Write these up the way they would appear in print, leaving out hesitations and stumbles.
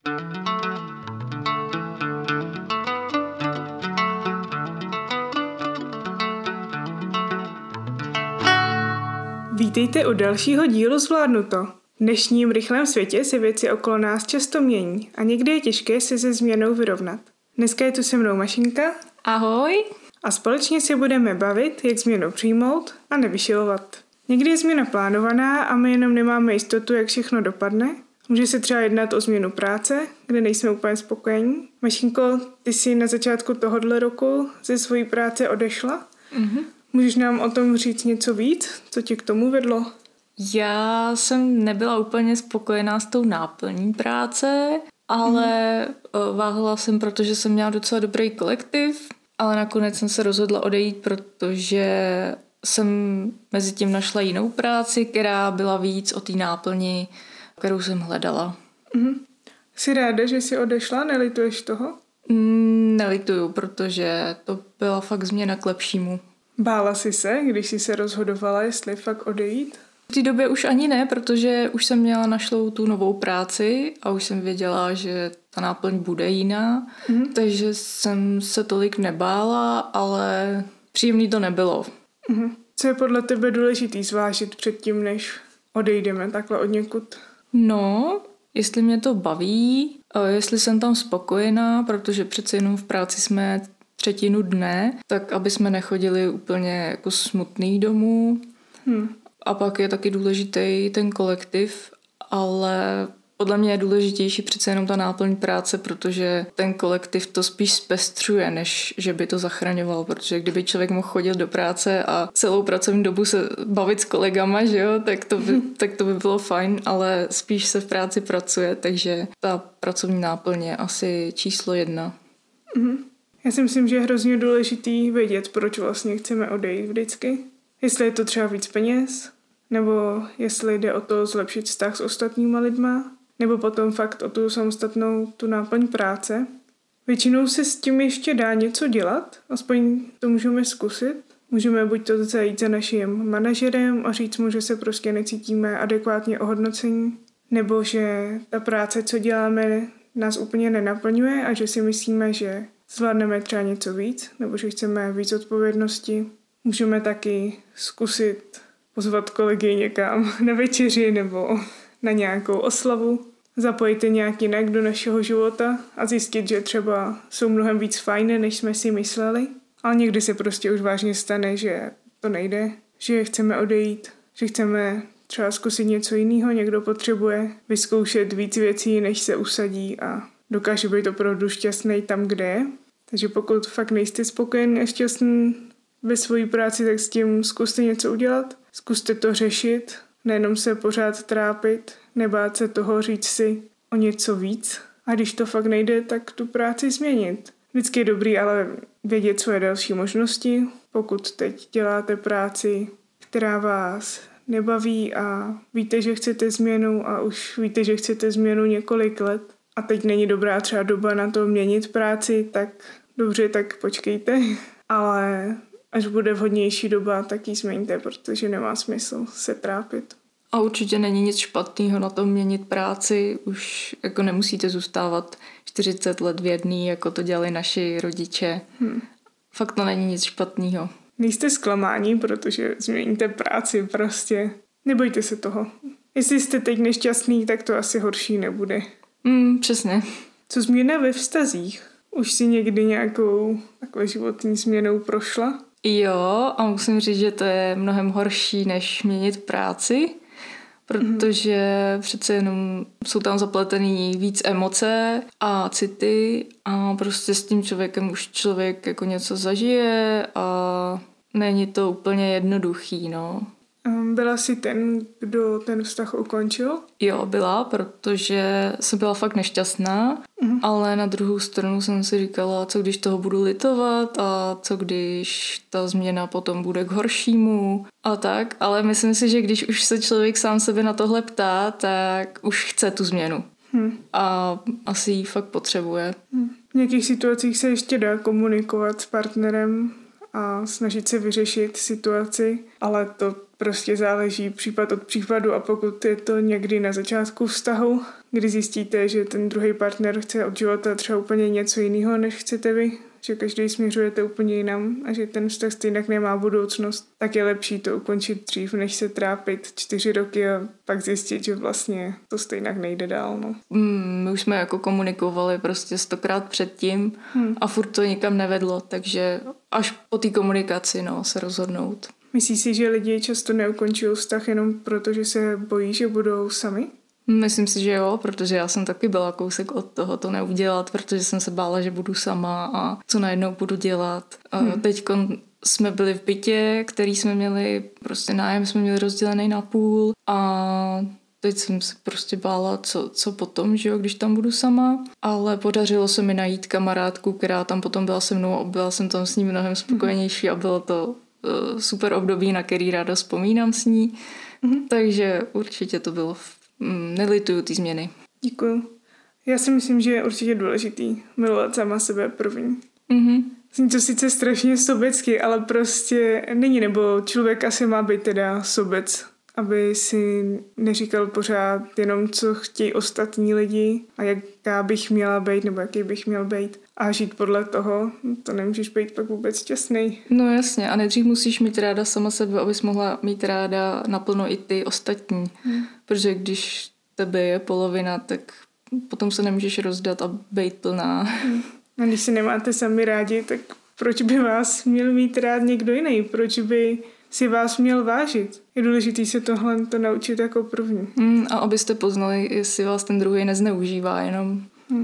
Vítejte u dalšího dílu Zvládnuto. V dnešním rychlém světě se věci okolo nás často mění a někdy je těžké se se změnou vyrovnat. Dneska je tu se mnou Mašinka. Ahoj. A společně se budeme bavit, jak změnu přijmout a nevyšilovat. Někdy je změna plánovaná a my jenom nemáme jistotu, jak všechno dopadne. Může se třeba jednat o změnu práce, kde nejsme úplně spokojení. Mašinko, ty jsi na začátku tohohle roku ze své práce odešla. Můžeš nám o tom říct něco víc? Co tě k tomu vedlo? Já jsem nebyla úplně spokojená s tou náplní práce, ale váhala jsem, protože jsem měla docela dobrý kolektiv, ale nakonec jsem se rozhodla odejít, protože jsem mezi tím našla jinou práci, která byla víc o té náplni, kterou jsem hledala. Jsi ráda, že jsi odešla? Nelituješ toho? Nelituju, protože to byla fakt změna k lepšímu. Bála jsi se, když jsi se rozhodovala, jestli fakt odejít? V té době už ani ne, protože už jsem měla našlou tu novou práci a už jsem věděla, že ta náplň bude jiná, takže jsem se tolik nebála, ale příjemný to nebylo. Co je podle tebe důležitý zvážit předtím, než odejdeme takhle od někud? No, jestli mě to baví, jestli jsem tam spokojená, protože přece jenom v práci jsme třetinu dne, tak aby jsme nechodili úplně jako smutný domů. A pak je taky důležitý ten kolektiv, ale podle mě je důležitější přece jenom ta náplň práce, protože ten kolektiv to spíš zpestřuje, než že by to zachraňoval, protože kdyby člověk mohl chodit do práce a celou pracovní dobu se bavit s kolegama, že jo, tak to by bylo fajn, ale spíš se v práci pracuje, takže ta pracovní náplň je asi číslo 1. Já si myslím, že je hrozně důležitý vědět, proč vlastně chceme odejít vždycky. Jestli je to třeba víc peněz, nebo jestli jde o to zlepšit vztah s ostatníma lidma, nebo potom fakt o tu samostatnou tu náplň práce. Většinou se s tím ještě dá něco dělat, aspoň to můžeme zkusit. Můžeme buď to zajít za naším manažerem a říct mu, že se prostě necítíme adekvátně ohodnocení, nebo že ta práce, co děláme, nás úplně nenaplňuje a že si myslíme, že zvládneme třeba něco víc, nebo že chceme víc odpovědnosti. Můžeme taky zkusit pozvat kolegy někam na večeři nebo na nějakou oslavu, zapojit je nějak jinak do našeho života a zjistit, že třeba jsou mnohem víc fajné, než jsme si mysleli. Ale někdy se prostě už vážně stane, že to nejde, že chceme odejít, že chceme třeba zkusit něco jiného, někdo potřebuje vyzkoušet víc věcí, než se usadí a dokáže být opravdu šťastný tam, kde je. Takže pokud fakt nejste spokojený a šťastný ve své práci, tak s tím zkuste něco udělat. Zkuste to řešit, nejenom se pořád trápit, nebát se toho říct si o něco víc. A když to fakt nejde, tak tu práci změnit. Vždycky je dobrý ale vědět svoje další možnosti. Pokud teď děláte práci, která vás nebaví a víte, že chcete změnu a už víte, že chcete změnu několik let a teď není dobrá třeba doba na to měnit práci, tak dobře, tak počkejte. Ale až bude vhodnější doba, tak ji změňte, protože nemá smysl se trápit. A určitě není nic špatného na tom měnit práci. Už jako nemusíte zůstávat 40 let v jedný, jako to dělali naši rodiče. Fakt to není nic špatného. Nejste zklamáni, protože změníte práci prostě. Nebojte se toho. Jestli jste teď nešťastný, tak to asi horší nebude. Přesně. Co změna ve vztazích? Už si někdy nějakou takovou životní změnou prošla? Jo, a musím říct, že to je mnohem horší, než měnit práci, protože přece jenom jsou tam zapletený víc emoce a city a prostě s tím člověkem už člověk jako něco zažije a není to úplně jednoduchý, no. Byla jsi ten, kdo ten vztah ukončil? Jo, byla, protože jsem byla fakt nešťastná, ale na druhou stranu jsem si říkala, co když toho budu litovat a co když ta změna potom bude k horšímu a tak, ale myslím si, že když už se člověk sám sebe na tohle ptá, tak už chce tu změnu a asi ji fakt potřebuje. V nějakých situacích se ještě dá komunikovat s partnerem a snažit se vyřešit situaci, ale to prostě záleží případ od případu a pokud je to někdy na začátku vztahu, kdy zjistíte, že ten druhý partner chce od života třeba úplně něco jiného, než chcete vy, že každý směřujete úplně jinam a že ten vztah stejně nemá budoucnost, tak je lepší to ukončit dřív, než se trápit 4 roky a pak zjistit, že vlastně to stejně nejde dál. No. My už jsme jako komunikovali prostě 100krát předtím a furt to nikam nevedlo, takže až po té komunikaci se rozhodnout. Myslíš si, že lidi často neukončují vztah jenom proto, že se bojí, že budou sami? Myslím si, že jo, protože já jsem taky byla kousek od toho to neudělat, protože jsem se bála, že budu sama a co najednou budu dělat. Teď jsme byli v bytě, který jsme měli, prostě nájem jsme měli rozdělený na půl a teď jsem se prostě bála, co potom, že jo, když tam budu sama, ale podařilo se mi najít kamarádku, která tam potom byla se mnou a byla jsem tam s ní mnohem spokojenější a bylo to super období, na který ráda vzpomínám s ní, takže určitě to bylo nelituju ty změny. Děkuju. Já si myslím, že je určitě důležitý milovat sama sebe první. Zní to sice strašně sobecky, ale prostě není, nebo člověk asi má být teda sobec, aby si neříkal pořád jenom, co chtějí ostatní lidi a jaká bych měla být, nebo jaký bych měl být a žít podle toho, to nemůžeš být pak vůbec šťastný. No jasně, a nejdřív musíš mít ráda sama sebe, abys mohla mít ráda naplno i ty ostatní, protože když tebe je polovina, tak potom se nemůžeš rozdat a být plná. A když si nemáte sami rádi, tak proč by vás měl mít rád někdo jiný? Proč by si vás měl vážit? Je důležité se tohle to naučit jako první. A abyste poznali, jestli vás ten druhý nezneužívá jenom.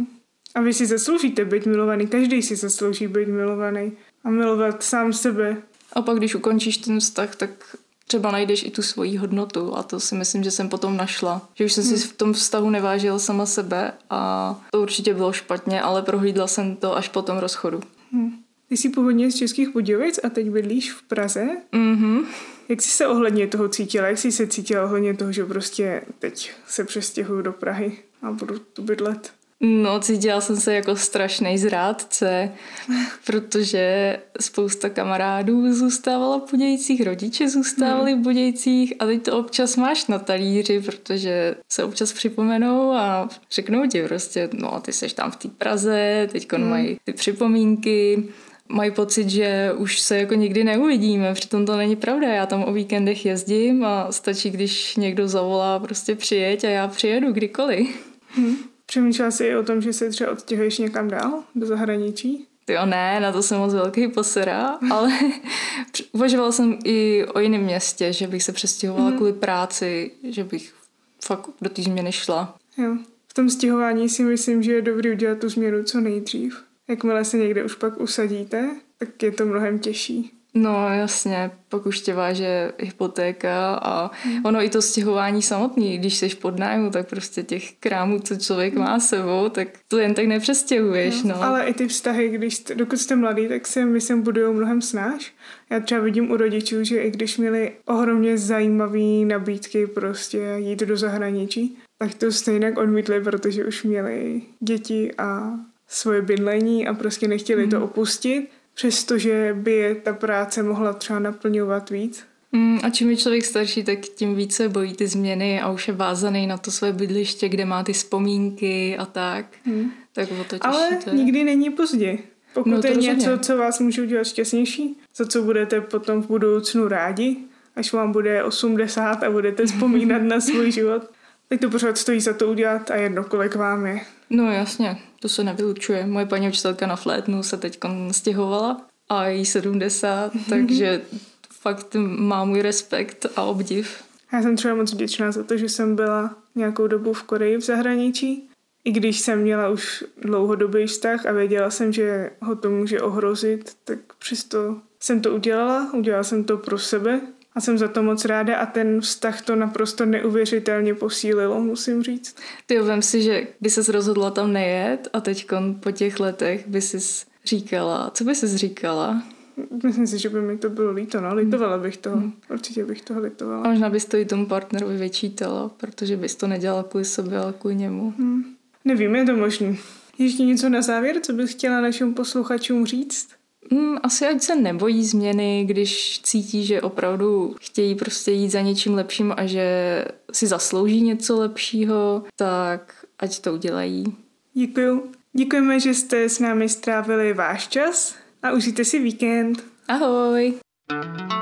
A vy si zasloužíte být milovaný. Každý si zaslouží být milovaný. A milovat sám sebe. A pak, když ukončíš ten vztah, tak třeba najdeš i tu svoji hodnotu. A to si myslím, že jsem potom našla. Že už jsem si v tom vztahu nevážila sama sebe a to určitě bylo špatně, ale prohlídla jsem to až po tom rozchodu. Ty jsi původně z Českých Budějovic a teď bydlíš v Praze? Jak jsi se ohledně toho cítila? Jak jsi se cítila ohledně toho, že prostě teď se přestěhuju do Prahy a budu tu bydlet? No, cítila jsem se jako strašný zrádce, protože spousta kamarádů zůstávala v Budějcích, rodiče zůstávali v Budějcích a teď to občas máš na talíři, protože se občas připomenou a řeknou ti prostě, no ty seš tam v té Praze, teďko mají ty připomínky, mají pocit, že už se jako nikdy neuvidíme, přitom to není pravda, já tam o víkendech jezdím a stačí, když někdo zavolá, prostě přijeď a já přijedu kdykoliv. Přemýšlela jsi o tom, že se třeba odstěhuješ někam dál, do zahraničí? Jo, ne, na to jsem moc velký posera, ale uvažovala jsem i o jiném městě, že bych se přestěhovala kvůli práci, že bych fakt do té změny šla. Jo. V tom stěhování si myslím, že je dobrý udělat tu změnu co nejdřív. Jakmile se někde už pak usadíte, tak je to mnohem těžší. No jasně, pak už tě váže hypotéka a ono i to stěhování samotný, když jsi pod nájmu, tak prostě těch krámů, co člověk má sebou, tak to jen tak nepřestěhuješ. No. Ale i ty vztahy, dokud jste mladý, tak se myslím budujou mnohem snáš. Já třeba vidím u rodičů, že i když měli ohromně zajímavé nabídky prostě jít do zahraničí, tak to stejně odmítli, protože už měli děti a svoje bydlení a prostě nechtěli to opustit. Přestože by je ta práce mohla třeba naplňovat víc. A čím je člověk starší, tak tím více bojí ty změny a už je vázaný na to své bydliště, kde má ty vzpomínky a tak. Tak o to těžší. Ale to je. Nikdy není pozdě. Pokud je rozhodně něco, co vás může udělat šťastnější, za co budete potom v budoucnu rádi, až vám bude 80 a budete vzpomínat na svůj život, tak to pořád stojí za to udělat a jedno, kolik vám je. No jasně, to se nevylučuje. Moje paní učitelka na flétnu se teď stěhovala a jí 70, takže fakt má můj respekt a obdiv. Já jsem třeba moc vděčná za to, že jsem byla nějakou dobu v Koreji v zahraničí. I když jsem měla už dlouhodobý vztah a věděla jsem, že ho to může ohrozit, tak přesto jsem to udělala jsem to pro sebe a jsem za to moc ráda a ten vztah to naprosto neuvěřitelně posílilo, musím říct. Ty vem si, že by ses rozhodla tam nejet a teďkon po těch letech by ses říkala, co by ses říkala? Myslím si, že by mi to bylo líto, no. Litovala bych toho. Určitě bych toho litovala. A možná bys to i tomu partnerovi vyčítala, protože bys to nedělala kvůli sobě, ale kvůli němu. Nevím, je to možný. Ještě něco na závěr, co bys chtěla našim posluchačům říct? Asi ať se nebojí změny, když cítí, že opravdu chtějí prostě jít za něčím lepším a že si zaslouží něco lepšího, tak ať to udělají. Děkuju. Děkujeme, že jste s námi strávili váš čas a užijte si víkend. Ahoj!